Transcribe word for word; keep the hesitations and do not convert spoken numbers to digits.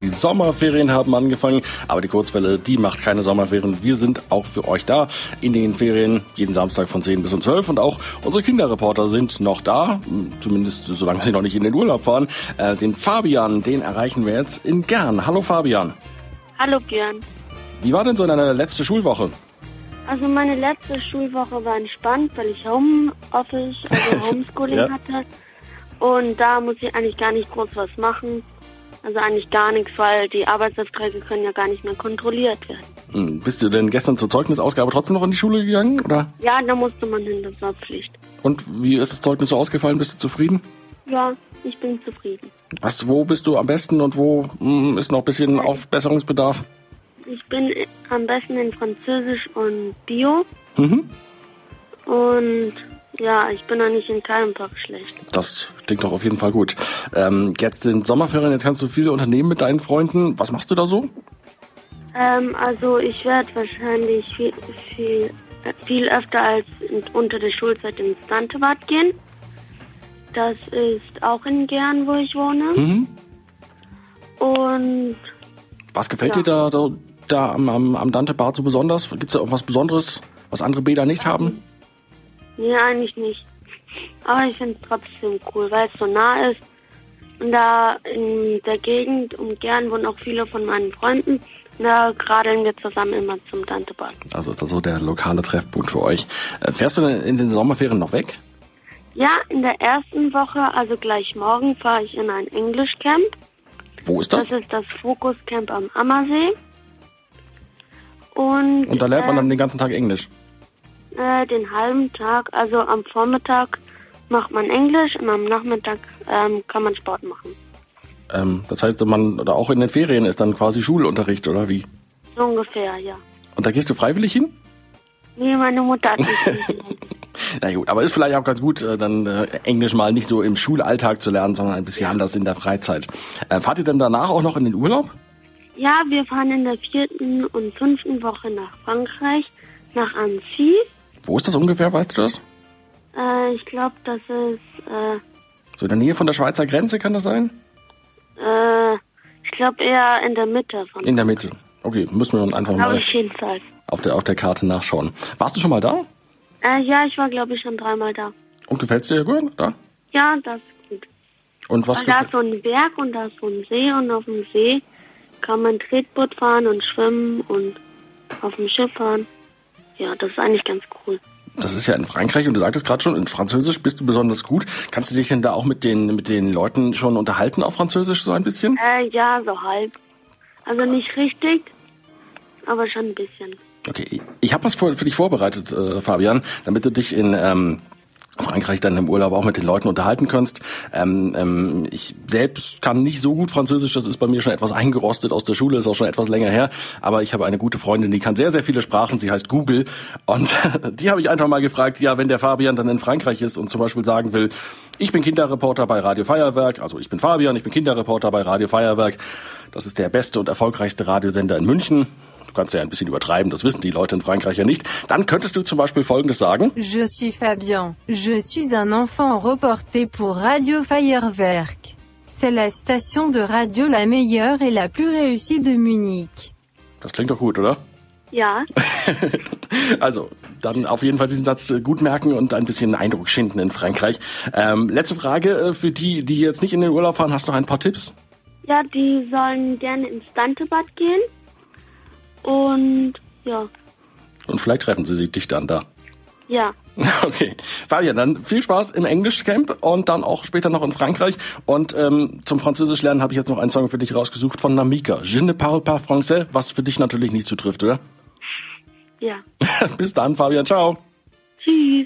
Sommerferien haben angefangen, aber die Kurzwelle, die macht keine Sommerferien. Wir sind auch für euch da in den Ferien, jeden Samstag von zehn bis um zwölf, und auch unsere Kinderreporter sind noch da, zumindest solange sie noch nicht in den Urlaub fahren. Äh, den Fabian, den erreichen wir jetzt in Gern. Hallo Fabian. Hallo Björn. Wie war denn so deine letzte Schulwoche? Also meine letzte Schulwoche war entspannt, weil ich Homeoffice, also Homeschooling ja. hatte. Und da muss ich eigentlich gar nicht groß was machen. Also eigentlich gar nichts, weil die Arbeitsaufträge können ja gar nicht mehr kontrolliert werden. Hm, bist du denn gestern zur Zeugnisausgabe trotzdem noch in die Schule gegangen, oder? Ja, da musste man hin, das war Pflicht. Und wie ist das Zeugnis so ausgefallen? Bist du zufrieden? Ja, ich bin zufrieden. Was, wo bist du am besten und wo hm, ist noch ein bisschen Aufbesserungsbedarf? Ich bin am besten in Französisch und Bio. Mhm. Und ja, ich bin eigentlich in keinem Fach schlecht. Das klingt doch auf jeden Fall gut. Ähm, jetzt sind Sommerferien, jetzt kannst du viele unternehmen mit deinen Freunden. Was machst du da so? Ähm, also ich werde wahrscheinlich viel, viel, viel öfter als in, unter der Schulzeit ins Dantebad gehen. Das ist auch in Gern, wo ich wohne. Mhm. Und was gefällt ja. dir da, da, da am, am, am Dantebad so besonders? Gibt es da irgendwas Besonderes, was andere Bäder nicht haben? Nee, eigentlich nicht. Aber ich finde es trotzdem cool, weil es so nah ist. Und da in der Gegend um Gern wohnen auch viele von meinen Freunden. Und da radeln wir zusammen immer zum Dantebad. Also ist das so der lokale Treffpunkt für euch. Äh, fährst du denn in den Sommerferien noch weg? Ja, in der ersten Woche, also gleich morgen, fahre ich in ein Englischcamp. Wo ist das? Das ist das Fokuscamp am Ammersee. Und, Und da lernt man äh, dann den ganzen Tag Englisch? Äh, den halben Tag, also am Vormittag macht man Englisch und am Nachmittag ähm, kann man Sport machen. Ähm, das heißt, man oder auch in den Ferien ist dann quasi Schulunterricht, oder wie? So ungefähr, ja. Und da gehst du freiwillig hin? Nee, meine Mutter hat mich hingelassen. Na gut, aber ist vielleicht auch ganz gut, äh, dann äh, Englisch mal nicht so im Schulalltag zu lernen, sondern ein bisschen ja. anders in der Freizeit. Äh, fahrt ihr denn danach auch noch in den Urlaub? Ja, wir fahren in der vierten und fünften Woche nach Frankreich, nach Annecy. Wo ist das ungefähr, weißt du das? Äh, ich glaube, das ist... Äh, so in der Nähe von der Schweizer Grenze, kann das sein? Äh, ich glaube eher in der Mitte. Von in der Mitte. Okay, müssen wir dann einfach mal ich jedenfalls. Auf, der, auf der Karte nachschauen. Warst du schon mal da? Äh, ja, ich war, glaube ich, schon dreimal da. Und gefällt's dir gut, da? Ja, das ist gut. Und was? Weil da ist so ein Berg und da ist so ein See und auf dem See kann man Tretboot fahren und schwimmen und auf dem Schiff fahren. Ja, das ist eigentlich ganz cool. Das ist ja in Frankreich und du sagtest gerade schon, in Französisch bist du besonders gut. Kannst du dich denn da auch mit den mit den Leuten schon unterhalten auf Französisch so ein bisschen? Äh, ja, so halb. Also nicht richtig, aber schon ein bisschen. Okay, ich habe was für, für dich vorbereitet, äh, Fabian, damit du dich in ähm, Frankreich dann im Urlaub auch mit den Leuten unterhalten kannst. Ähm, ähm, ich selbst kann nicht so gut Französisch, das ist bei mir schon etwas eingerostet aus der Schule, ist auch schon etwas länger her. Aber ich habe eine gute Freundin, die kann sehr, sehr viele Sprachen, sie heißt Google. Und die habe ich einfach mal gefragt, ja, wenn der Fabian dann in Frankreich ist und zum Beispiel sagen will, ich bin Kinderreporter bei Radio Feuerwerk, also ich bin Fabian, ich bin Kinderreporter bei Radio Feuerwerk. Das ist der beste und erfolgreichste Radiosender in München. Du kannst ja ein bisschen übertreiben, das wissen die Leute in Frankreich ja nicht. Dann könntest du zum Beispiel Folgendes sagen. Je suis Fabien. Je suis un enfant reporté pour Radio Feuerwerk. C'est la station de radio la meilleure et la plus réussie de Munich. Das klingt doch gut, oder? Ja. Also, dann auf jeden Fall diesen Satz gut merken und ein bisschen Eindruck schinden in Frankreich. Ähm, letzte Frage für die, die jetzt nicht in den Urlaub fahren. Hast du noch ein paar Tipps? Ja, die sollen gerne ins Dantebad gehen. Und ja. Und vielleicht treffen sie dich dann da. Ja. Okay. Fabian, dann viel Spaß im Englischcamp und dann auch später noch in Frankreich. Und ähm, zum Französisch lernen habe ich jetzt noch einen Song für dich rausgesucht von Namika. Je ne parle pas français, was für dich natürlich nicht zutrifft, oder? Ja. Bis dann, Fabian. Ciao. Tschüss.